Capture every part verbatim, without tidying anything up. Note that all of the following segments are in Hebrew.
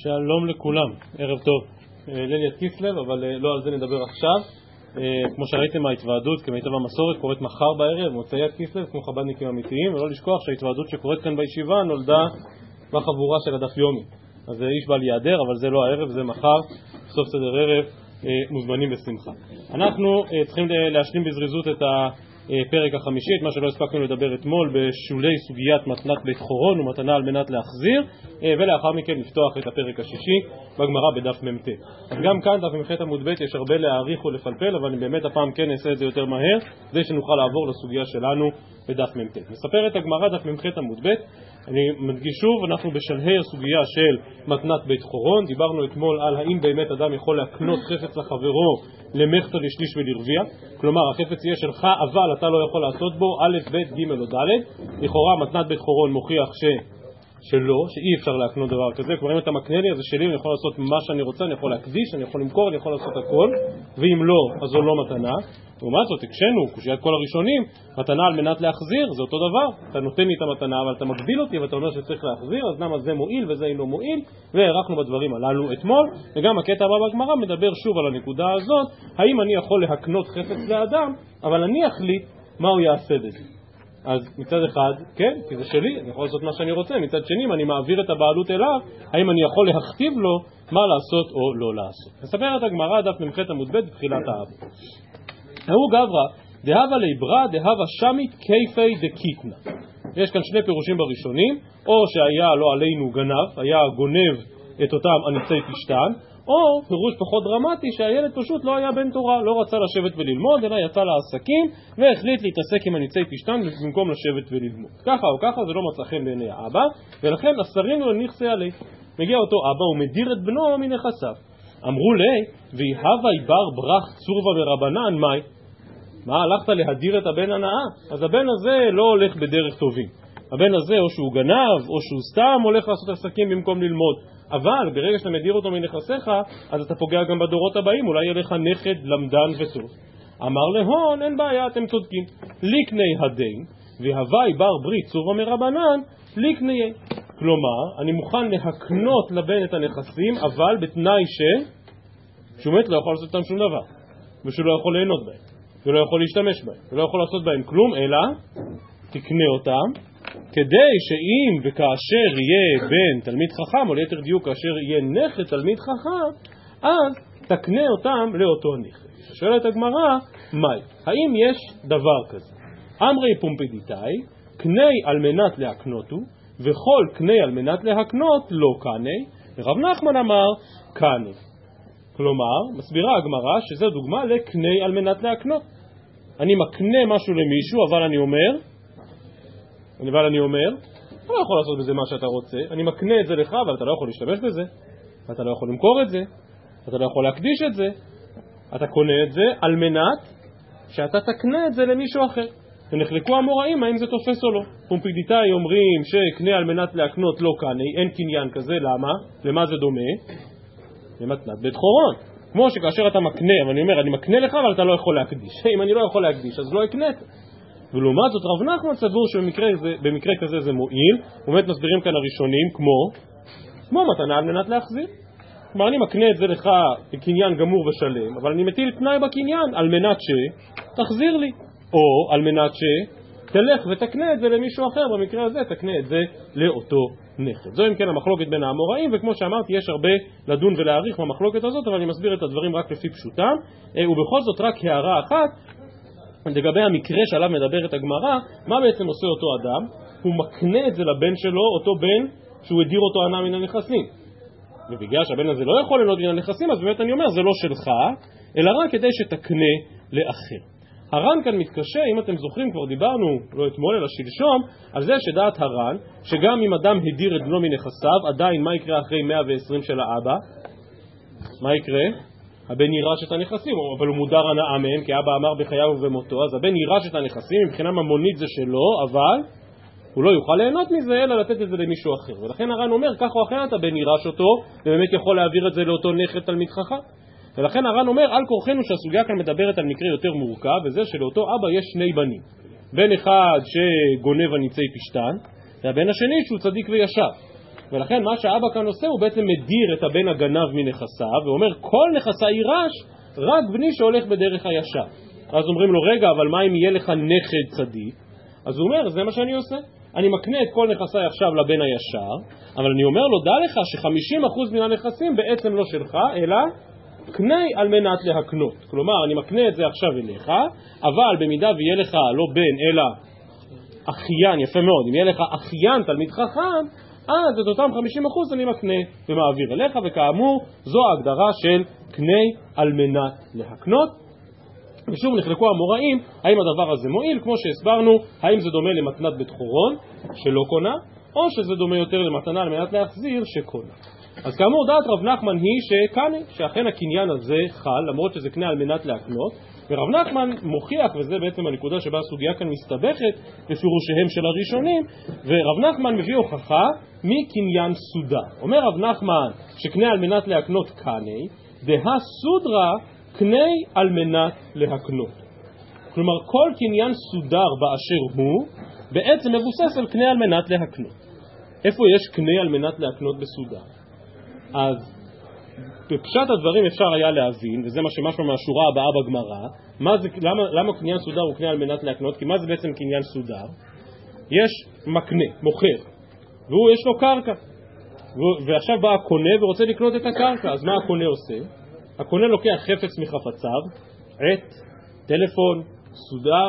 שלום לכולם, ערב טוב. ליל יד כסלו, אבל לא על זה נדבר עכשיו. כמו שראיתם מההתוועדות, כמיטב המסורת, קורית מחר בערב, מוצאי יד כסלו, כמו חב"דניקים אמיתיים, ולא לשכוח שההתוועדות שקורית כאן בישיבה נולדה בחבורה של הדף יומי. אז איש בא ליעדר, אבל זה לא הערב, זה מחר, בסוף סדר ערב, מוזמנים בשמחה. אנחנו צריכים להשלים בזריזות את הפרק החמישי, את מה שלא הספקנו לדבר אתמול בשולי סוגיית מתנת בית חורון ומתנה על מנת להחזיר, ולאחר מכן לפתוח את הפרק השישי בגמרא בדף מ"ט. אז גם כאן דף מ"ח עמוד ב' יש הרבה להאריך ולפלפל, אבל אני באמת הפעם כן אעשה את זה יותר מהר כדי שנוכל לעבור לסוגיה שלנו בדף מ"ט. מספרת הגמרא דף מ"ח עמוד ב'. אני מדגיש שוב, אנחנו בשלהי הסוגיה של מתנת בית חורון. דיברנו אתמול על האם באמת אדם יכול להקנות חפץ לחברו למחצה לשליש ולרביע, כלומר החפץ יהיה שלך אבל אתה לא יכול לעשות בו א' ב' ג' או ד'. לכאורה מתנת בית חורון מוכיח ש... שלא, שאי אפשר להקנות דבר כזה. כבר אם אתה מקנה לי, אז זה שלי, אני יכול לעשות מה שאני רוצה, אני יכול להקדיש, אני יכול למכור, אני יכול לעשות הכל, ואם לא, אז זו לא מתנה. לעומת זאת, הקשנו, קושיית כל הראשונים, מתנה על מנת להחזיר, זה אותו דבר. אתה נותן לי את המתנה, אבל אתה מגביל אותי, ואתה אומר שצריך להחזיר, אז למה זה מועיל וזה אינו מועיל, והערכנו בדברים הללו אתמול. וגם הקטע הבא בגמרא מדבר שוב על הנקודה הזאת, האם אני יכול להקנות חפץ לאדם, אבל אני אחליט מה הוא יעשה בזה. אז מצד אחד, כן, כי זה שלי, אני יכול לעשות מה שאני רוצה. מצד שני, אם אני מעביר את הבעלות אליו, האם אני יכול להכתיב לו מה לעשות או לא לעשות. נספר את הגמרא דף מ"ח עמוד ב' בתחילת האב. הוא גברא, דהבה ליברא, דהבה שמית, כיפי דקיטנה. יש כאן שני פירושים בראשונים, או שהיה לא עלינו גנב, היה גונב את אותם אניצי פשתן, או פירוש פחות דרמטי שהילד פשוט לא היה בן תורה, לא רצה לשבת וללמוד, אלא יצא לעסקים והחליט להתעסק עם אניצי פשתן במקום לשבת וללמוד. ככה או ככה זה לא מצא חן בעיני האבא, ולכן אסרינו לנכסי עלי. מגיע אותו אבא ומדיר את בנו מנכסיו. אמרו לי, ויהווי בר ברח צורבה ורבנן, מאי? מה, הלכת להדיר את הבן הנאה? אז הבן הזה לא הולך בדרך טובים. הבן הזה או שהוא גנב או שהוא סתם הולך לעשות עסקים במקום ללמוד. אבל ברגע שאתה מדיר אותו מנכסיך, אז אתה פוגע גם בדורות הבאים, אולי יהיה לך נכד למדן וטוב. אמר להון, אין בעיה, אתם צודקים. ליקני הדין, והווי בר ברית צורבה מרבנן, ליקני. כלומר, אני מוכן להקנות לבן את הנכסים, אבל בתנאי ש... שהוא מת לא יכול לעשות אותם שום דבר, ושהוא לא יכול ליהנות בהם, ולא יכול להשתמש בהם, ולא יכול לעשות בהם כלום, אלא תקנה אותם, כדי שאם וכאשר יהיה בן תלמיד חכם, או ליתר דיוק כאשר יהיה נכד תלמיד חכם, אז תקנה אותם לאותו נכד. שואלת הגמרא, מהי? האם יש דבר כזה? אמרי פומפדיתאי, קני על מנת להקנותו, וכל קני על מנת להקנות לא קני, ורב נחמן אמר קני. כלומר, מסבירה הגמרא שזו דוגמה לקני על מנת להקנות. אני מקנה משהו למישהו, אבל אני אומר, אבל אני אומר, אתה לא יכול לעשות בזה מה שאתה רוצה, אני מקנה את זה לך, אבל אתה לא יכול להשתמש בזה, אתה לא יכול למכור את זה, אתה לא יכול להקדיש את זה, אתה קונה את זה על מנת שאתה תקנה את זה למישהו אחר. ונחלקו המוראים האם זה תופס או לא. פומפדיתאי אומרים שקנה על מנת להקנות לא קנה, אין קניין כזה, למה? למה זה דומה? למתנת בית חורון. כמו שכאשר אתה מקנה, אבל אני אומר, אני מקנה לך, אבל אתה לא יכול להקדיש. אם אני לא יכול להקדיש, אז לא אקנית. ולעומת זאת רב נחמן סבור שבמקרה זה, במקרה כזה זה מועיל. באמת מסבירים כאן הראשונים כמו כמו מתנה על מנת להחזיר. כלומר אני מקנה את זה לך בקניין גמור ושלם, אבל אני מטיל תנאי בקניין על מנת שתחזיר לי, או על מנת שתלך ותקנה את זה למישהו אחר. במקרה הזה תקנה את זה לאותו נכד. זו אם כן המחלוקת בין האמוראים, וכמו שאמרתי יש הרבה לדון ולהעריך במחלוקת הזאת, אבל אני מסביר את הדברים רק לפי פשוטם. ובכל זאת רק הערה אחת לגבי המקרה שעליו מדברת הגמרא. מה בעצם עושה אותו אדם? הוא מקנה את זה לבן שלו, אותו בן שהוא הדיר אותו הנאה מן הנכסים, ובגלל שהבן הזה לא יכול ליהנות מן הנכסים, אז באמת אני אומר זה לא שלך, אלא רק כדי שתקנה לאחר. הר"ן כאן מתקשה, אם אתם זוכרים כבר דיברנו לא אתמול אלא שלשום על זה שדעת הר"ן שגם אם אדם הדיר את בנו מנכסיו, עדיין מה יקרה אחרי מאה ועשרים של האבא? מה יקרה? הבן יירש את הנכסים, אבל הוא מודר הנאה מהם, כי אבא אמר בחייו ובמותו, אז הבן יירש את הנכסים, מבחינה ממונית זה שלו, אבל הוא לא יוכל ליהנות מזה, אלא לתת את זה למישהו אחר. ולכן הר"ן אומר, כך או אחרת הבן יירש אותו, ובאמת יכול להעביר את זה לאותו נכד תלמיד חכם. ולכן הר"ן אומר, על כורחנו שהסוגיה כאן מדברת על מקרה יותר מורכב, וזה שלאותו אבא יש שני בנים. בן אחד שגונב אניצי פשתן, והבן השני שהוא צדיק וישר. ולכן מה שהאבא כאן עושה הוא בעצם מדיר את הבן הגנב מנכסיו, ואומר כל נכסי יירש רק בני שהולך בדרך הישר. אז אומרים לו רגע, אבל מה אם יהיה לך נכד צדיק? אז הוא אומר, זה מה שאני עושה, אני מקנה את כל נכסי עכשיו לבן הישר, אבל אני אומר לו, דע לך ש-חמישים אחוז מן הנכסים בעצם לא שלך, אלא קנה על מנת להקנות. כלומר, אני מקנה את זה עכשיו אליך, אבל במידה ויהיה לך לא בן אלא אחיין, יפה מאוד, אם יהיה לך אחיין תלמיד חכם, אז את אותם חמישים אחוז אני מקנה ומעביר אליך, וכאמור זו ההגדרה של קנה על מנת להקנות. ושוב נחלקו המוראים האם הדבר הזה מועיל, כמו שהסברנו, האם זה דומה למתנת בית חורון שלא קונה, או שזה דומה יותר למתנה על מנת להחזיר שקונה. אז כאמור דעת רב נחמן היא שקנה, שאכן הקניין הזה חל, למרות שזה קנה על מנת להקנות, ורב נחמן מוכיח, וזה בעצם הנקודה שבה הסוגיה כאן מסתבכת בפירושיהם של הראשונים, ורב נחמן מביא הוכחה מקניין סודר. אומר רב נחמן שקנה על מנת להקנות קנה, דה סודרה קנה על מנת להקנות. כלומר כל קניין סודר באשר הוא בעצם מבוסס על קנה על מנת להקנות. איפה יש קנה על מנת להקנות בסודר? אז בפשט הדברים אפשר היה להבין, וזה מה שמשהו מהשורה הבאה בגמרא, מה זה, למה, למה קניין סודר הוא קנה על מנת להקנות? כי מה זה בעצם קניין סודר? יש מקנה, מוכר, והוא יש לו קרקע, ועכשיו בא הקונה ורוצה לקנות את הקרקע, אז מה הקונה עושה? הקונה לוקח חפץ מחפציו, עט, טלפון, סודר,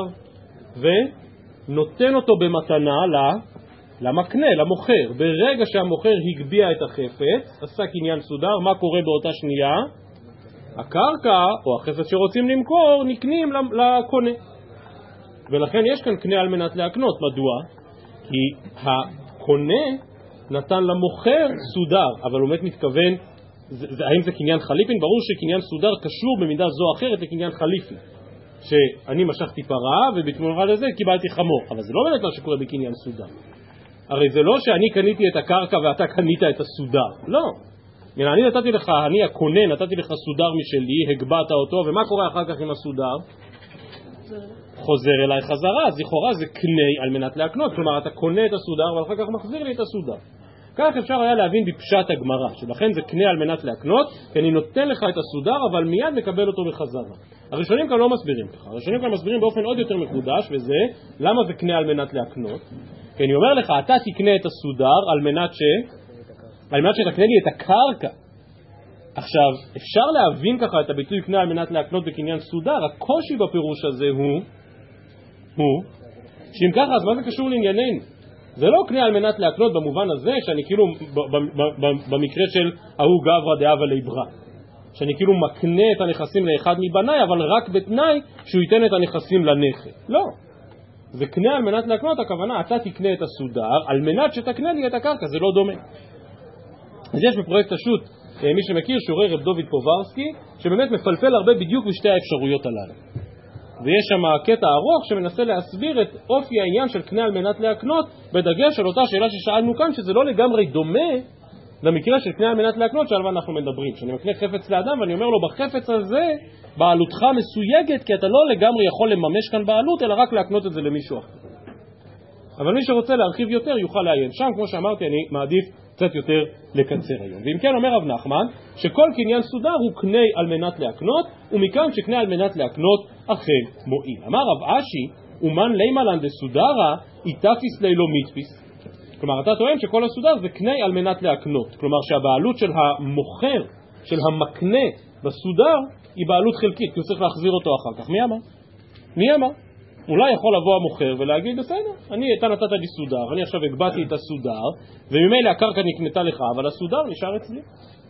ונותן אותו במתנה למקנה, למוכר. ברגע שהמוכר הגביע את החפץ, עשה קניין סודר, מה קורה באותה שנייה? הקרקע או החפץ שרוצים למכור נקנים לקונה. ולכן יש כאן קנה על מנת להקנות. מדוע? כי הקונה נתן למוכר סודר, אבל הוא באמת מתכוון, זה, זה, האם זה קניין חליפין? ברור שקניין סודר קשור במידה זו או אחרת לקניין חליפין, שאני משכתי פרה ובתמורה לזה קיבלתי חמור, אבל זה לא באמת מה שקורה בקניין סודר. הרי זה לא שאני קניתי את הקרקע ואתה קנית את הסודר, לא. אני נתתי לך, אני הקונה, נתתי לך סודר משלי, הגבעת אותו, ומה קורה אחר כך עם הסודר? חוזר אליי חזרה, אז לכאורה זה קנה על מנת להקנות, כלומר אתה קונה את הסודר ואחר כך מחזיר לי את הסודר. כך אפשר היה להבין בפשט הגמרא, שלכן זה קנה על מנת להקנות, כי אני נותן לך את הסודר אבל מיד מקבל אותו בחזרה. הראשונים כאן לא מסבירים ככה, הראשונים כאן מסבירים באופן עוד יותר מקודש, וזה למה זה קנה על מנת להקנות. כי אני אומר לך, אתה תקנה את הסודר על מנת ש... על מנת שתקנה לי את הקרקע. עכשיו, אפשר להבין ככה את הביטוי קנה על מנת להקנות בקניין סודר, הקושי בפירוש הזה הוא, הוא, שאם ככה, אז מה זה קשור לענייננו? זה לא קנה על מנת להקנות במובן הזה, שאני כאילו, במקרה של ההוא גברא דהבה ליברא, שאני כאילו מקנה את הנכסים לאחד מבניי, אבל רק בתנאי שהוא ייתן את הנכסים לנכד. לא. זה קנה על מנת להקנות, הכוונה, אתה תקנה את הסודר, על מנת שתקנה לי את הקרקע, זה לא דומה. אז יש בפרויקט השו"ת, מי שמכיר, שיעורי רב דוד פוברסקי, שבאמת מפלפל הרבה בדיוק בשתי האפשרויות הללו. ויש שם קטע ארוך שמנסה להסביר את אופי העניין של קנה על מנת להקנות, בדגש על אותה שאלה ששאלנו כאן, שזה לא לגמרי דומה למקרה של קנה על מנת להקנות שעליו אנחנו מדברים. שאני מקנה חפץ לאדם ואני אומר לו, בחפץ הזה בעלותך מסויגת, כי אתה לא לגמרי יכול לממש כאן בעלות, אלא רק להקנות את זה למישהו אחר. אבל מי שרוצה להרחיב יותר יוכל לעיין שם, כמו שאמרתי, אני מעדיף קצת יותר לקצר היום. ואם כן אומר רב נחמן, שכל קניין סודר הוא קנה על מנת להקנות, ומכאן שקנה על מנת להקנות אכן מועיל. אמר רב אשי, ומן לימלן דסודרה, איתפיס לילו מיתפיס. כלומר, אתה טוען שכל הסודר זה קנה על מנת להקנות. כלומר, שהבעלות של המוכר, של המקנה בסודר, היא בעלות חלקית, כי הוא צריך להחזיר אותו אחר כך. מי אמר? מי אמר? אולי יכול לבוא המוכר ולהגיד, בסדר, אני, אתה נתת לי סודר, אני עכשיו הגבעתי את הסודר, וממילא הקרקע נקנתה לך, אבל הסודר נשאר אצלי.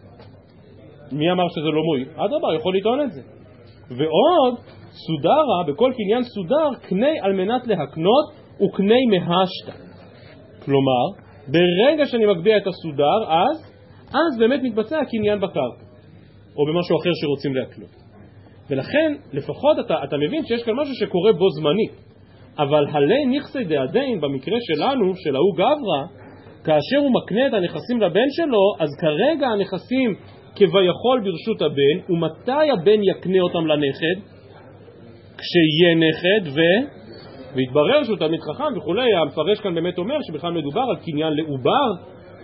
מי אמר שזה לא מועיל? אדרבה, יכול לטעון את זה. ועוד, סודרה, בכל קניין סודר, קנה על מנת להקנות, הוא קנה מהשתה. כלומר, ברגע שאני מגביע את הסודר, אז, אז באמת מתבצע הקניין בקרקע, או במשהו אחר שרוצים להקנות. ולכן, לפחות אתה, אתה מבין שיש כאן משהו שקורה בו זמנית. אבל הלי נכסי דעדין, במקרה שלנו, של ההוא גברא, כאשר הוא מקנה את הנכסים לבן שלו, אז כרגע הנכסים כביכול ברשות הבן, ומתי הבן יקנה אותם לנכד? כשיהיה נכד ו... והתברר שהוא תלמיד חכם וכולי. המפרש כאן באמת אומר שבכלל מדובר על קניין לעובר,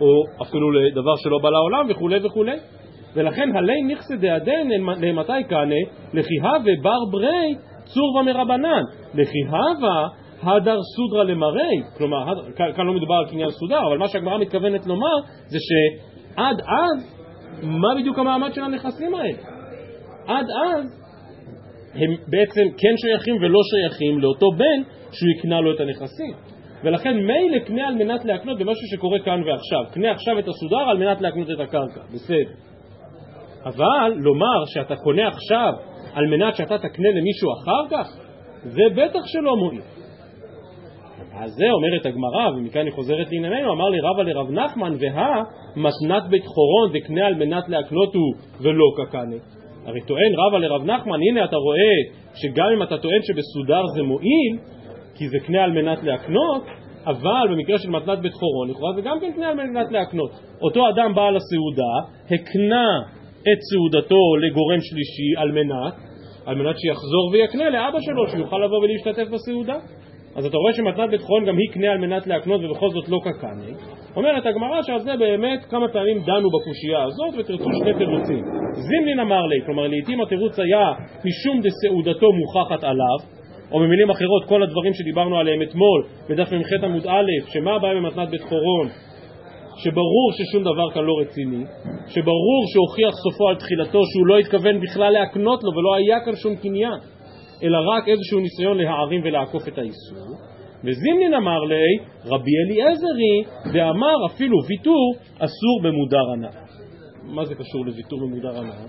או אפילו לדבר שלא בא לעולם וכו' וכו'. ולכן הלי נכסי דעדן למתי כנה לכי הווה בר ברי צור ומרבנן לכי הווה הדר סודרה למראי. כלומר, כאן לא מדובר על קניין סודר, אבל מה שהגמרא מתכוונת לומר זה שעד אז מה בדיוק המעמד של הנכסים האלה? עד אז הם בעצם כן שייכים ולא שייכים לאותו בן שהוא יקנה לו את הנכסים. ולכן מילא קנה על מנת להקנות במשהו שקורה כאן ועכשיו. קנה עכשיו את הסודר על מנת להקנות את הקרקע, בסדר. אבל לומר שאתה קונה עכשיו על מנת שאתה תקנה למישהו אחר כך, זה בטח שלא מועיל. אז זה אומרת הגמרא, ומכאן היא חוזרת לענייננו, אמר לי רבא לרב נחמן, והא מתנת בית חורון וקנה על מנת להקנותו ולא כקנה. הרי טוען רבא לרב נחמן, הנה אתה רואה שגם אם אתה טוען שבסודר זה מועיל, כי זה קנה על מנת להקנות, אבל במקרה של מתנת בית חורון, לכאורה זה גם כן קנה על מנת להקנות. אותו אדם בא לסעודה, הקנה את סעודתו לגורם שלישי על מנת, על מנת שיחזור ויקנה לאבא שלו, שיוכל לבוא ולהשתתף בסעודה. אז אתה רואה שמתנת בית חורון גם היא קנה על מנת להקנות ובכל זאת לא כקנה. אומרת הגמרא שעל זה באמת כמה פעמים דנו בקושייה הזאת ותרצו שני תירוצים. זימנין אמר לי, כלומר לעתים התירוץ היה משום דסעודתו מוכחת עליו, או במילים אחרות כל הדברים שדיברנו עליהם אתמול בדף ממחת עמוד א', שמה הבעיה במתנת בית חורון? שברור ששום דבר כאן לא רציני, שברור שהוכיח סופו על תחילתו שהוא לא התכוון בכלל להקנות לו ולא היה כאן שום קניין, אלא רק איזשהו ניסיון להערים ולעקוף את האיסור. וזימנין אמר לי, רבי אליעזרי, ואמר אפילו ויתור אסור במודר הנאה. מה זה קשור לויתור במודר הנאה?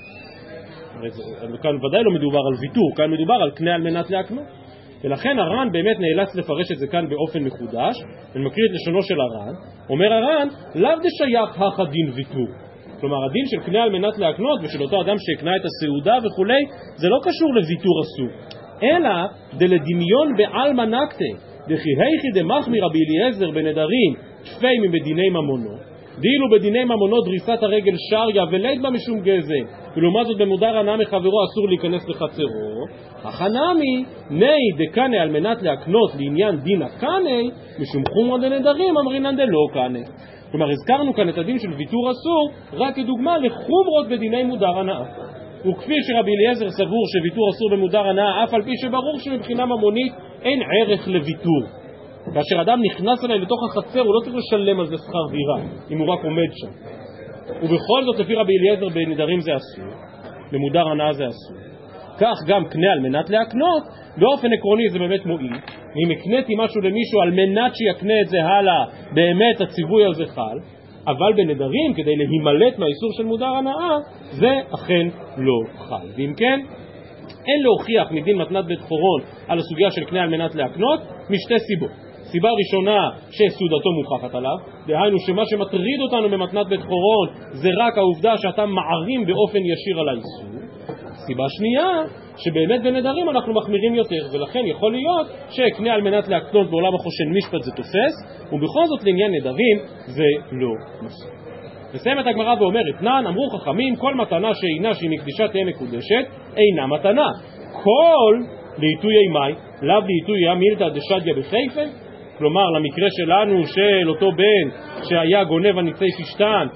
כאן ודאי לא מדובר על ויתור, כאן מדובר על קנה על מנת להקנות. ולכן הר"ן באמת נאלץ לפרש את זה כאן באופן מחודש. אני מקריא את לשונו של הר"ן. אומר הר"ן, לאו דשייך הכא דין ויתור. כלומר הדין של קנה על מנת להקנות ושל אותו אדם שהקנה את הסעודה וכולי, זה לא קשור לוויתור אסור, אלא דלדמיון בעלמא נקטה דכי היכי דמחמי רבי אליעזר בנדרים תפי מבדיני ממונו, דאילו בדיני ממונו דריסת הרגל שריה ולית בה משום גזם, ולעומת זאת במודר הנאה מחברו אסור להיכנס לחצרו. החנמי ני דקנה על מנת להקנות לעניין דין הקנה משום חומרא דנדרים אמרינן דלא קנה. כלומר הזכרנו כאן את הדין של ויתור אסור רק כדוגמה לחומרות בדיני מודר הנאה. וכפי שרבי אליעזר סבור שוויתור אסור במודר הנאה, אף על פי שברור שמבחינה ממונית אין ערך לוויתור. כאשר אדם נכנס אליי לתוך החצר הוא לא צריך לשלם על זה שכר דירה אם הוא רק עומד שם. ובכל זאת לפי רבי אליעזר בנדרים זה אסור, במודר הנאה זה אסור. כך גם קנה על מנת להקנות, באופן עקרוני זה באמת מועיל. אם הקניתי משהו למישהו על מנת שיקנה את זה הלאה, באמת הציווי הזה חל, אבל בנדרים כדי להימלט מהאיסור של מודר הנאה זה אכן לא חל. ואם כן, אין להוכיח מדין מתנת בית חורון על הסוגיה של קנה על מנת להקנות משתי סיבות. סיבה ראשונה שסעודתו מוכחת עליו, דהיינו שמה שמטריד אותנו במתנת בית חורון זה רק העובדה שאתה מערים באופן ישיר על האיסור. סיבה שנייה, שבאמת בנדרים אנחנו מחמירים יותר, ולכן יכול להיות שקנה על מנת להקנות בעולם החושן משפט זה תופס, ובכל זאת לעניין נדרים זה לא מספיק. מסיימת הגמרא ואומרת, נען אמרו חכמים, כל מתנה שאינה שהיא מקדישה תהיה מקודשת, אינה מתנה. כל לעיתויי מאי, לאו לעיתויי מילתא דשדיה בחיפה, כלומר למקרה שלנו של אותו בן שהיה גונב הניצי פשטן,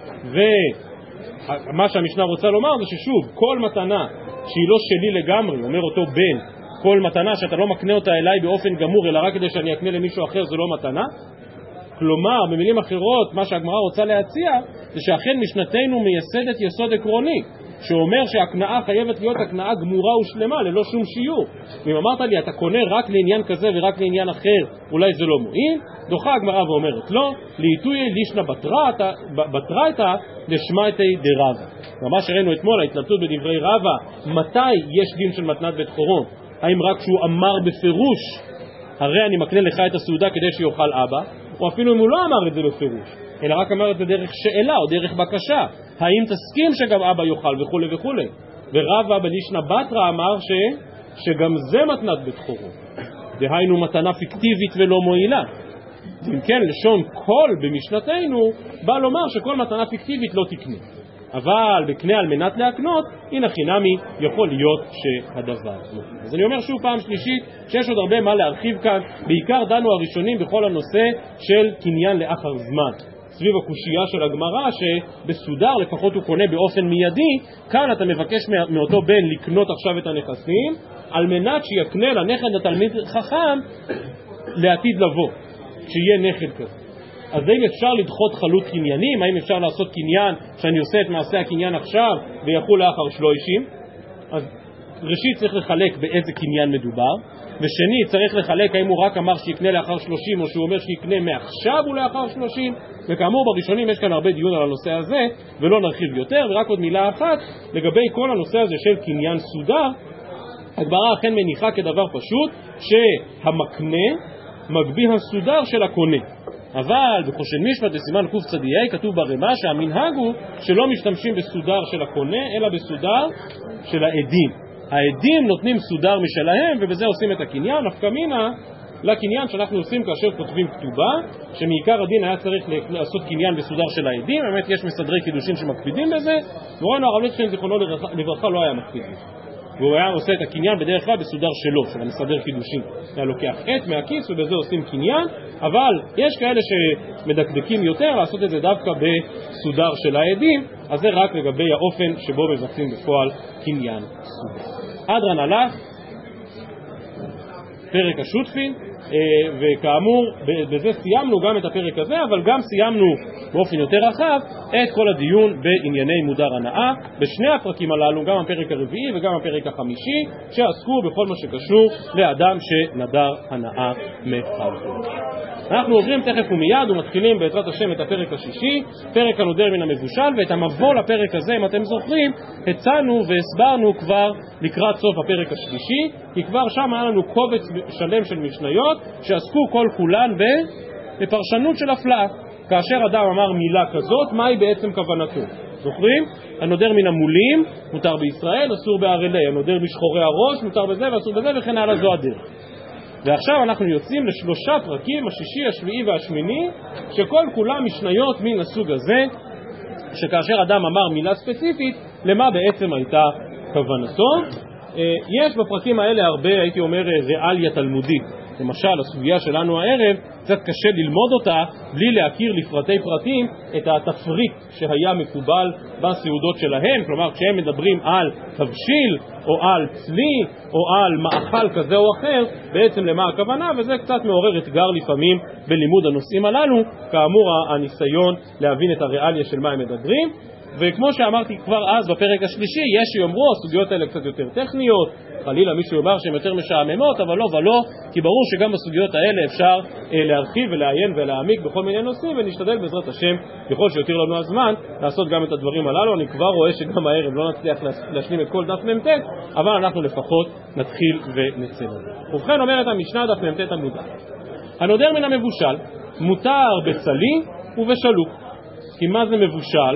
ומה שהמשנה רוצה לומר זה ששוב, כל מתנה שהיא לא שלי לגמרי, אומר אותו בן, כל מתנה שאתה לא מקנה אותה אליי באופן גמור אלא רק כדי שאני אקנה למישהו אחר זה לא מתנה. כלומר במילים אחרות מה שהגמרא רוצה להציע זה שאכן משנתנו מייסדת יסוד עקרוני שאומר שהקנאה חייבת להיות הקנאה גמורה ושלמה ללא שום שיעור. ואם אמרת לי אתה קונה רק לעניין כזה ורק לעניין אחר אולי זה לא מועיל, דוחה הגמרא ואומרת לא, לעיתויי לישנא בתרייתא דשמייתא דרבא. ומה שראינו אתמול ההתלבטות בדברי רבא, מתי יש דין של מתנת בית חורון? האם רק שהוא אמר בפירוש הרי אני מקנה לך את הסעודה כדי שיאכל אבא, או אפילו אם הוא לא אמר את זה בפירוש אלא רק אמר את זה דרך שאלה או דרך בקשה, האם תסכים שגם אבא יאכל וכו' וכו'. ורבא בלישנא בתרא אמר ש... שגם זה מתנת בית חורון, דהיינו מתנה פיקטיבית ולא מועילה. אם כן לשון כל במשנתנו בא לומר שכל מתנה פיקטיבית לא תקנה, אבל בקנה על מנת להקנות הנה חינמי יכול להיות שהדבר לא. אז אני אומר שוב פעם שלישית שיש עוד הרבה מה להרחיב כאן, בעיקר דנו הראשונים בכל הנושא של קניין לאחר זמן, סביב הקושייה של הגמרא שבסודר לפחות הוא קונה באופן מיידי. כאן אתה מבקש מאותו בן לקנות עכשיו את הנכסים על מנת שיקנה לנכד התלמיד חכם לעתיד לבוא, שיהיה נכד כזה. אז האם אפשר לדחות חלות קניינים? האם אפשר לעשות קניין שאני עושה את מעשה הקניין עכשיו ויחול לאחר שלושים? אז ראשית צריך לחלק באיזה קניין מדובר, ושני צריך לחלק האם הוא רק אמר שיקנה לאחר שלושים או שהוא אומר שיקנה מעכשיו ולאחר שלושים. וכאמור בראשונים יש כאן הרבה דיון על הנושא הזה ולא נרחיב יותר. ורק עוד מילה אחת לגבי כל הנושא הזה של קניין סודר. הגמרא אכן מניחה כדבר פשוט שהמקנה מגביא הסודר של הקונה, אבל בחושן משפט בסימן קוף צדיעי כתוב ברמה שהמנהג הוא שלא משתמשים בסודר של הקונה אלא בסודר של העדים. העדים נותנים סודר משלהם ובזה עושים את הקניין. נפקא מינה לקניין שאנחנו עושים כאשר כותבים כתובה, שמעיקר הדין היה צריך לעשות קניין בסודר של העדים. באמת יש מסדרי קידושין שמקפידים בזה, וראינו הרב ליצ'טיין זיכרונו לברכה לא היה מקפיד, והוא היה עושה את הקניין בדרך כלל בסודר שלו, של המסדר קידושין. היה לוקח עט מהכיס ובזה עושים קניין, אבל יש כאלה שמדקדקים יותר לעשות את זה דווקא בסודר של העדים, אז זה רק לגבי האופן שבו מבצעים בפועל קניין סודר. אדרן הלך, פרק השותפין, וכאמור בזה סיימנו גם את הפרק הזה, אבל גם סיימנו באופן יותר רחב את כל הדיון בענייני מודר הנאה בשני הפרקים הללו, גם הפרק הרביעי וגם הפרק החמישי, שעסקו בכל מה שקשור לאדם שנדר הנאה מחלקו. אנחנו עוברים תכף ומיד ומתחילים בעזרת השם את הפרק השישי, פרק הנודר מן המבושל, ואת המבוא לפרק הזה, אם אתם זוכרים, הצענו והסברנו כבר לקראת סוף הפרק השלישי, כי כבר שם היה לנו קובץ שלם של משניות שעסקו כל כולן בפרשנות של הפלאה. כאשר אדם אמר מילה כזאת, מהי בעצם כוונתו? זוכרים? הנודר מן המולים מותר בישראל, אסור בערלי, הנודר משחורי הראש מותר בזה ואסור בזה, וכן הלאה. זו הדרך. ועכשיו אנחנו יוצאים לשלושה פרקים, השישי, השביעי והשמיני, שכל כולם משניות מן הסוג הזה, שכאשר אדם אמר מילה ספציפית, למה בעצם הייתה כוונתו. יש בפרקים האלה הרבה, הייתי אומר, ריאליה תלמודית. למשל, הסוגיה שלנו הערב, קצת קשה ללמוד אותה בלי להכיר לפרטי פרטים את התפריט שהיה מקובל בסעודות שלהם. כלומר, כשהם מדברים על תבשיל או על צלי או על מאכל כזה או אחר, בעצם למה הכוונה, וזה קצת מעורר אתגר לפעמים בלימוד הנושאים הללו. כאמור, הניסיון להבין את הריאליה של מה הם מדברים. וכמו שאמרתי כבר אז בפרק השלישי, יש שיאמרו הסוגיות האלה קצת יותר טכניות, חלילה מישהו יאמר שהן יותר משעממות, אבל לא ולא, כי ברור שגם בסוגיות האלה אפשר אה, להרחיב ולעיין ולהעמיק בכל מיני נושאים, ונשתדל בעזרת השם, ככל שיותר לנו הזמן, לעשות גם את הדברים הללו. אני כבר רואה שגם הערב לא נצליח להשלים את כל דף מ"ט, אבל אנחנו לפחות נתחיל ונצא לזה. ובכן אומרת המשנה דף מ"ט עמוד א', הנודר מן המבושל מותר בצלי ובשלוק. כי מה זה מבושל?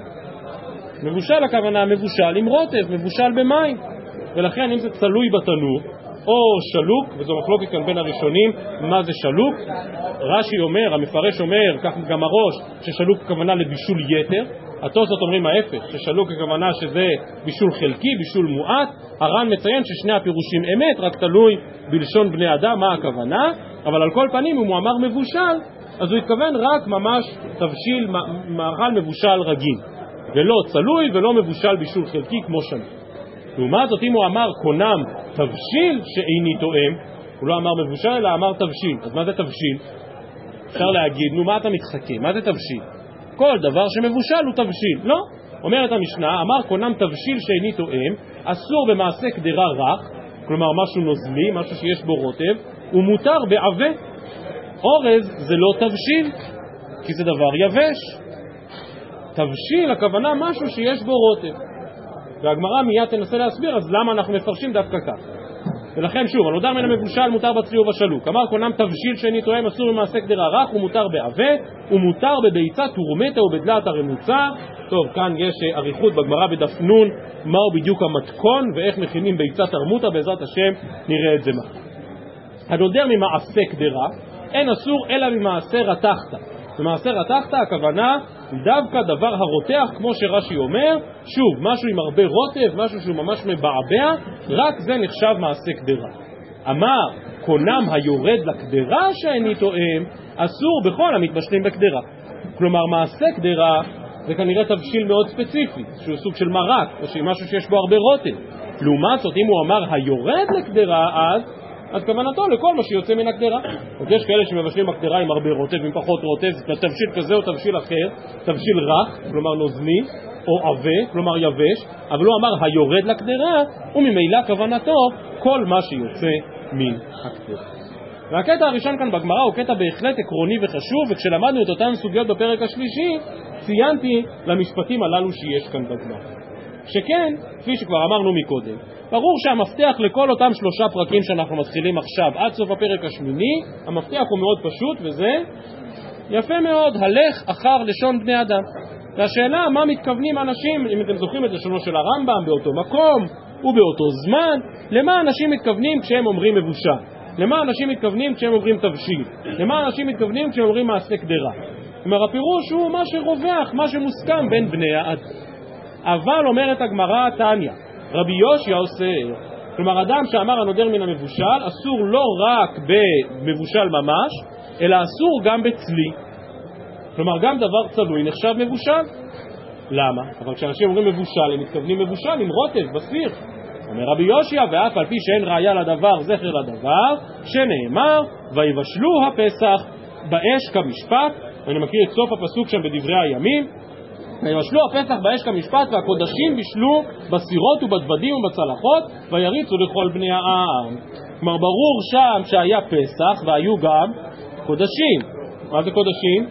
מבושל הכוונה מבושל עם רוטב, מבושל במים, ולכן אם זה צלוי בתנור או שלוק, וזו מחלוקת כאן בין הראשונים מה זה שלוק. רש"י אומר, המפרש אומר, כך גם הראש, ששלוק הכוונה לבישול יתר. התוספות אומרים ההפך, ששלוק הכוונה שזה בישול חלקי, בישול מועט. הר"ן מציין ששני הפירושים אמת, רק תלוי בלשון בני אדם מה הכוונה, אבל על כל פנים אם הוא אמר מבושל אז הוא התכוון רק ממש תבשיל מאכל מבושל רגיל, ולא צלוי ולא מבושל בישול חלקי כמו שלוק. לעומת זאת אם הוא אמר קונם תבשיל שאיני תואם, הוא לא אמר מבושל אלא אמר תבשיל. אז מה זה תבשיל? אפשר להגיד, נו מה אתה מתחכה, מה זה תבשיל? כל דבר שמבושל הוא תבשיל. לא, אומרת המשנה, אמר קונם תבשיל שאיני תואם, אסור במעשה קדרה רך, כלומר משהו נוזלי, משהו שיש בו רוטב, ומותר בעווה. אורז זה לא תבשיל, כי זה דבר יבש. תבשיל הכוונה משהו שיש בו רוטב, והגמרא מיד תנסה להסביר אז למה אנחנו מפרשים דווקא כך. ולכן שוב, הנודר מן המבושל מותר בצלי ובשלוק. אמר קונם תבשיל שאיני תואם אסור במעשה קדרה רך, ומותר בעווה, ומותר בביצה תורמתה ובדלת הרמוצה. טוב, כאן יש אריכות בגמרא בדף נון מהו בדיוק המתכון ואיך מכינים ביצה תרמותה, בעזרת השם נראה את זה מחר. הנודר ממעשה קדרה אין אסור אלא ממעשה רתחת. במעשה רתחת הכוונה דווקא דבר הרותח, כמו שרש"י אומר, שוב, משהו עם הרבה רוטב, משהו שהוא ממש מבעבע, רק זה נחשב מעשה קדרה. אמר קונם היורד לקדרה שאיני תואם, אסור בכל המתבשלים בקדרה. כלומר מעשה קדרה זה כנראה תבשיל מאוד ספציפי, שהוא סוג של מרק או משהו שיש בו הרבה רוטב. לעומת זאת, אם הוא אמר היורד לקדרה, אז אז כוונתו לכל מה שיוצא מן הקדרה. אז יש כאלה שמבשלים בקדרה עם הרבה רוטב, עם פחות רוטב, תבשיל כזה או תבשיל אחר, תבשיל רך, כלומר נוזלי, או עבה, כלומר יבש, אבל הוא אמר היורד לקדרה, וממילא כוונתו כל מה שיוצא מן הקדרה. והקטע הראשון כאן בגמרא הוא קטע בהחלט עקרוני וחשוב, וכשלמדנו את אותן סוגיות בפרק השלישי, ציינתי למשפטים הללו שיש כאן בגמרא. שכן, כפי שכבר אמרנו מקודם, ברור שהמפתח לכל אותם שלושה פרקים שאנחנו מתחילים עכשיו עד סוף הפרק השמיני, המפתח הוא מאוד פשוט, וזה יפה מאוד, הלך אחר לשון בני אדם. והשאלה מה מתכוונים אנשים, אם אתם זוכרים את לשונו של הרמב"ם, באותו מקום ובאותו זמן, למה אנשים מתכוונים כשהם אומרים מבושל, למה אנשים מתכוונים כשהם אומרים תבשיל, למה אנשים מתכוונים כשהם אומרים מעשה קדרה. כלומר הפירוש הוא מה שרווח, מה שמוסכם בין בני האדם. אבל אומרת הגמרא תניא, רבי יושע עושה, כלומר אדם שאמר הנודר מן המבושל אסור לא רק במבושל ממש, אלא אסור גם בצלי. כלומר גם דבר צלוי נחשב מבושל. למה? אבל כשאנשים אומרים מבושל הם מתכוונים מבושל עם רוטב, בסיר. אומר רבי יושע, ואף על פי שאין ראיה לדבר זכר לדבר, שנאמר ויבשלו הפסח באש כמשפט. אני מכיר את סוף הפסוק שם בדברי הימים, ויבשלו הפסח באש כמשפט, והקודשים בישלו בסירות ובדוודים ובצלחות, ויריצו לכל בני העם. כלומר ברור שם שהיה פסח והיו גם קודשים. מה זה קודשים?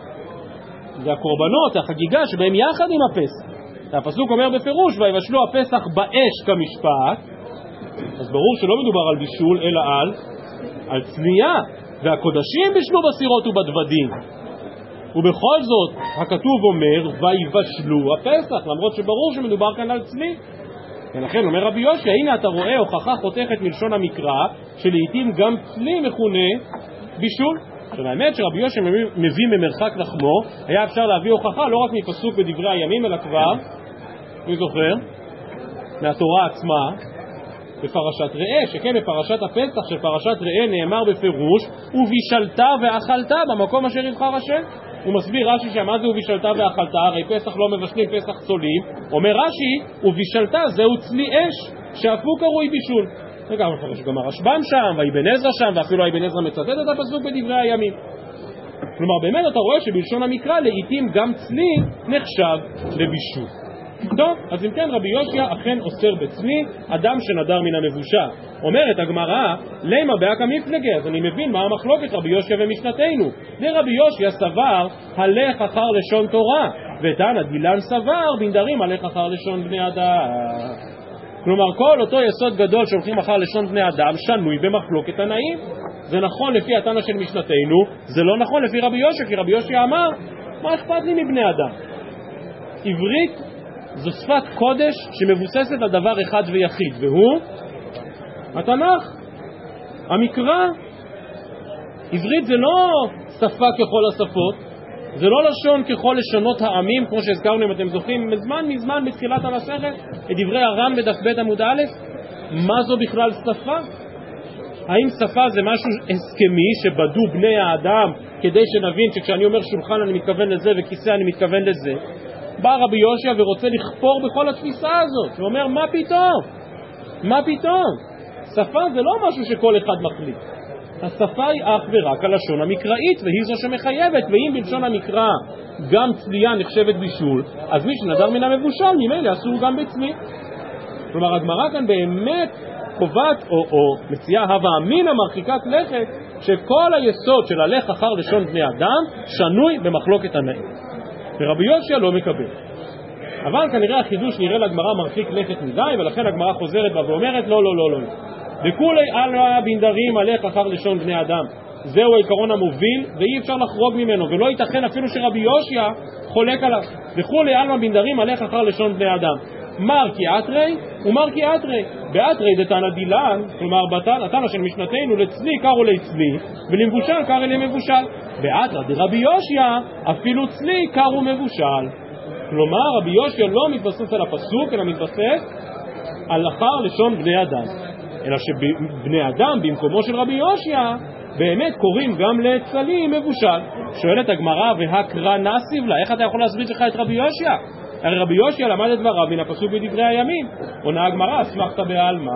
זה הקורבנות, החגיגה שבהם יחד עם הפסח. הפסוק אומר בפירוש ויבשלו הפסח באש כמשפט, אז ברור שלא מדובר על בישול אלא על על צנייה, והקודשים בישלו בסירות ובדוודים. ובכל זאת הכתוב אומר ויבשלו הפסח, למרות שברור שמדובר כאן על צלי. ולכן אומר רבי יושע, הנה אתה רואה הוכחה חותכת מלשון המקרא שלעיתים גם צלי מכונה בישול. עכשיו האמת שרבי יושע מביא ממרחק לחמו, היה אפשר להביא הוכחה לא רק מפסוק בדברי הימים אלא כבר, מי זוכר? מהתורה עצמה, בפרשת ראה, שכן בפרשת הפסח של פרשת ראה נאמר בפירוש ובישלת ואכלת במקום אשר יבחר השם. הוא מסביר רש"י שמה זה ובישלת ואכלת, הרי פסח לא מבשלים, פסח צולים. אומר רש"י ובישלת זהו צלי אש שאף הוא קרוי בישול. וגם מפרש גם הרשב"ם שם ואבן עזרא שם, ואפילו אבן עזרא מצטט את הפסוק בדברי הימים. כלומר באמת אתה רואה שבלשון המקרא לעיתים גם צלי נחשב לבישול. טוב, אז אם כן רבי יושע אכן אוסר בצלי אדם שנדר מן המבושל. אומרת הגמרא למה באקא מפלגי, אז אני מבין מה המחלוקת רבי יושע ומשנתנו. לרבי יושע סבר הלך אחר לשון תורה, ותנא דילן סבר בנדרים הלך אחר לשון בני אדם. כלומר כל אותו יסוד גדול שהולכים אחר לשון בני אדם שנוי במחלוקת תנאים. זה נכון לפי התנא של משנתנו, זה לא נכון לפי רבי יושע, כי רבי יושע אמר מה אכפת לי מבני אדם. עברית זו שפת קודש שמבוססת על דבר אחד ויחיד, והוא התנ"ך, המקרא. עברית זה לא שפה ככל השפות, זה לא לשון ככל לשונות העמים, כמו שהזכרנו אם אתם זוכרים מזמן מזמן בתחילת המסכת את דברי הר"ם בדף ב' עמוד א'. מה זו בכלל שפה? האם שפה זה משהו הסכמי שבדו בני האדם כדי שנבין שכשאני אומר שולחן אני מתכוון לזה וכיסא אני מתכוון לזה? בא רבי יושע ורוצה לכפור בכל התפיסה הזאת, ואומר מה פתאום? מה פתאום? שפה זה לא משהו שכל אחד מחליט. השפה היא אך ורק הלשון המקראית, והיא זו שמחייבת. ואם בלשון המקרא גם צלייה נחשבת בישול, אז מי שנדר מן המבושל ממילא אסור גם בצלי. כלומר הגמרא כאן באמת קובעת או, או מציעה הווה אמינא מרחיקת לכת שכל היסוד של הלך אחר לשון בני אדם שנוי במחלוקת תנאים, ורבי יושע לא מקבל. אבל כנראה החידוש נראה לגמרא מרחיק לכת מדי, ולכן הגמרא חוזרת בה ואומרת לא לא לא לא וכולי עלמא בנדרים הלך אחר לשון בני אדם. זהו העיקרון המוביל ואי אפשר לחרוג ממנו, ולא ייתכן אפילו שרבי יושע חולק עליו. וכולי עלמא בנדרים הלך אחר לשון בני אדם. מר כי אתרי ומר כי אתרי. באתרי דתנא דילן, כלומר בתנא של משנתנו לצלי קראו לצלי ולמבושל קראו למבושל. באתרא דרבי יושע אפילו צלי קראו מבושל. כלומר רבי יושע לא מתבסס על הפסוק אלא מתבסס על אחר לשון בני אדם, אלא שבני אדם במקומו של רבי יושע באמת קוראים גם לצלים מבושל. שואלת הגמרא, והקרא נסיב לה, איך אתה יכול להסביר לך את רבי יושע? הרי רבי יושע למד את דבריו מן הפסוק בדברי הימים. עונה הגמרא, אסמכתא בעלמא.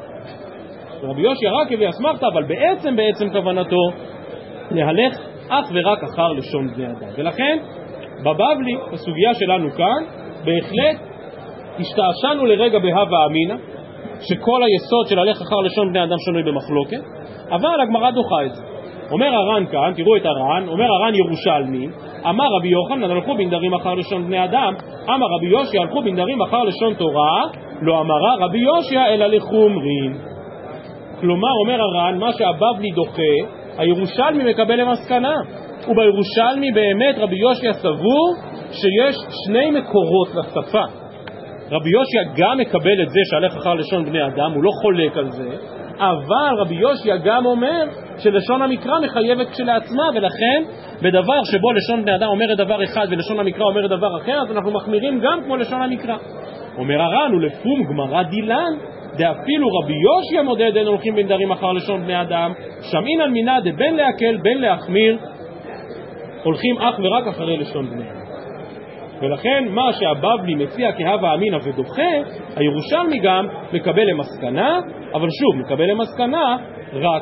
רבי יושע רק הביא אסמכתא, אבל בעצם בעצם כוונתו להלך אך ורק אחר לשון בני אדם. ולכן בבבלי, בסוגיה שלנו כאן, בהחלט השתעשענו לרגע בהווה אמינא, שכל היסוד של הלך אחר לשון בני אדם שנוי במחלוקת, אבל הגמרא דוחה את זה. אומר הר"ן כאן, תראו את הר"ן, אומר הר"ן ירושלמי, אמר רבי יוחנן הלכו בנדרים אחר לשון בני אדם, אמר רבי יושע הלכו בנדרים אחר לשון תורה, לא אמרה רבי יושע אלא לחומרין. כלומר, אומר הר"ן, מה שהבבלי דוחה, הירושלמי מקבל למסקנה. ובירושלמי באמת רבי יושע סבור שיש שני מקורות לשפה. רבי יושע גם מקבל את זה שהלך אחר לשון בני אדם, הוא לא חולק על זה, אבל רבי יושע גם אומר שלשון המקרא מחייבת כשלעצמה, ולכן בדבר שבו לשון בני אדם אומרת דבר אחד ולשון המקרא אומרת דבר אחר, אז אנחנו מחמירים גם כמו לשון המקרא. אומר הר"ן, ולפום גמרא דילן, דאפילו רבי יושע מודד אין הולכים בנדרים אחר לשון בני אדם, שמעין על מינה דבין להקל בין להחמיר, הולכים אך ורק אחרי לשון בני אדם. ולכן מה שהבבלי מציע כהווה אמינא ודוחה, הירושלמי גם מקבל למסקנה, אבל שוב מקבל למסקנה רק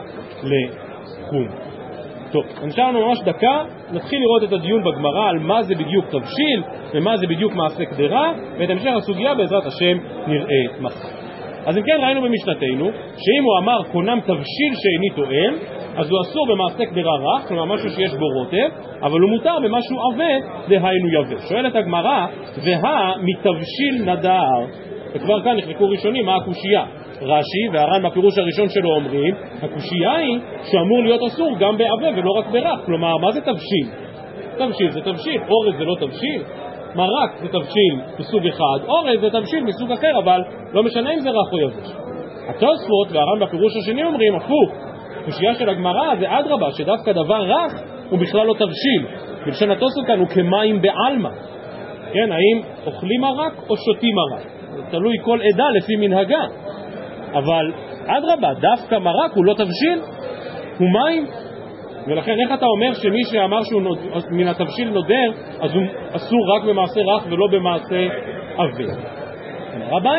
לחום. טוב, נשארנו ממש דקה, נתחיל לראות את הדיון בגמרא על מה זה בדיוק תבשיל ומה זה בדיוק מעשה קדרה, ואת המשך הסוגיה בעזרת השם נראה מחר. אז אם כן ראינו במשנתנו שאם הוא אמר קונם תבשיל שאיני תואם, אז הוא אסור במעשה קדרה רך, כלומר משהו שיש בו רוטב, אבל הוא מותר במשהו עבה, דהיינו יבש. שואלת הגמרא, והא מתבשיל נדר, וכבר כאן נחלקו ראשונים מה הקושייה. רש"י והר"ן בפירוש הראשון שלו אומרים, הקושייה היא שאמור להיות אסור גם בעבה ולא רק ברך. כלומר, מה זה תבשיל? תבשיל זה תבשיל, אורז זה לא תבשיל, מרק זה תבשיל מסוג אחד, אורז זה תבשיל מסוג אחר, אבל לא משנה אם זה רך או יבש. התוספות והר"ן בפירוש השני אומרים הפוך, הקושייה של הגמרא זה אדרבה, שדווקא דבר רך הוא בכלל לא תבשיל. בלשון התוספות כאן הוא כמים בעלמא. כן, האם אוכלים מרק או שותים מרק? תלוי כל עדה לפי מנהגה. אבל אדרבה, דווקא מרק הוא לא תבשיל, הוא מים. ולכן איך אתה אומר שמי שאמר שהוא נוד... מן התבשיל נודר, אז הוא אסור רק במעשה רך ולא במעשה עבה? רביי,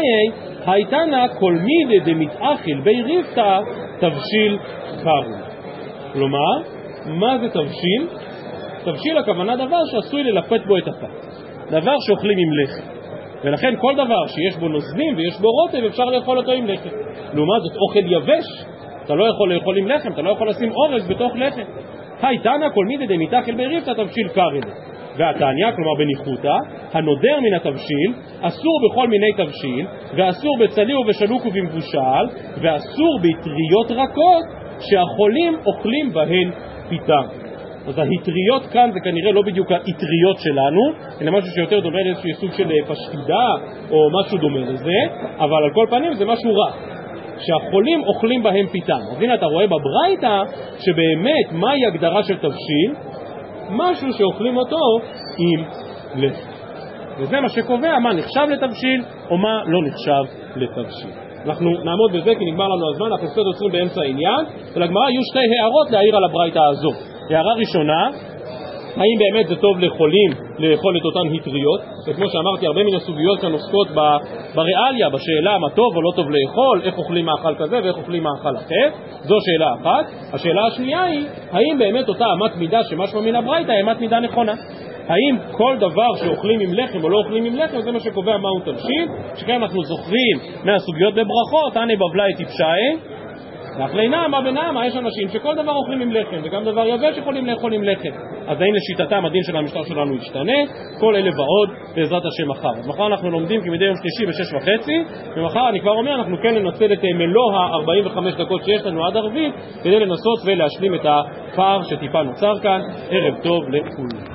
הייתנה כל מידי דמתאכיל בי ריבתא תבשיל קרוב. כלומר, מה זה תבשיל? תבשיל הכוונה דבר שעשוי ללפת בו את הפה, דבר שאוכלים עם לחם, ולכן כל דבר שיש בו נוזלים ויש בו רוטב אפשר לאכול אותו עם לחם. לעומת זאת אוכל יבש אתה לא יכול לאכול עם לחם, אתה לא יכול לשים אורז בתוך לחם. הייתנה כל מידי דמתאכיל בי ריבתא תבשיל קרוב. והתניא, כלומר בניחותא, הנודר מן התבשיל אסור בכל מיני תבשיל, ואסור בצלי ובשלוק ובמבושל, ואסור בטריות רכות שהחולים אוכלים בהן פיתה. אז ההטריות כאן זה כנראה לא בדיוק ההטריות שלנו, אלא משהו שיותר דומה לאיזשהו סוג של פשטידה או משהו דומה לזה, אבל על כל פנים זה משהו רע, שהחולים אוכלים בהם פיתה. אז הנה אתה רואה בברייתא שבאמת מהי הגדרה של תבשיל? משהו שאוכלים אותו עם לחם. וזה מה שקובע מה נחשב לתבשיל או מה לא נחשב לתבשיל. אנחנו נעמוד בזה כי נגמר לנו הזמן, אנחנו קצת עוצרים באמצע העניין, ולגמרא יהיו שתי הערות להעיר על הברייתא הזו. הערה ראשונה, האם באמת זה טוב לחולים לאכול את אותן הטריות? וכמו שאמרתי, הרבה מן הסוגיות כאן עוסקות בריאליה, בשאלה מה טוב או לא טוב לאכול, איך אוכלים מאכל כזה ואיך אוכלים מאכל אחר. זו שאלה אחת. השאלה השנייה היא, האם באמת אותה אמת מידה שמשמע מן הברייתא היא אמת מידה נכונה? האם כל דבר שאוכלים עם לחם או לא אוכלים עם לחם זה מה שקובע מהו תבשיל? שכאן אנחנו זוכרים מהסוגיות בברכות, אני בבלי טיפשאי ואחלי נעמה בנעמה, יש אנשים שכל דבר אוכלים עם לחם וגם דבר יבש יכולים לאכול עם לחם. אז האם לשיטתם הדין של המשטר שלנו ישתנה? כל אלה ועוד בעזרת השם מחר. אז מחר אנחנו לומדים כמדי יום שלישי בשש וחצי, ומחר אני כבר אומר אנחנו כן ננצל את מלוא ה-ארבעים וחמש דקות שיש לנו עד ערבית כדי לנסות ולהשלים את הפער שטיפה נוצר כאן. ערב טוב לכולם.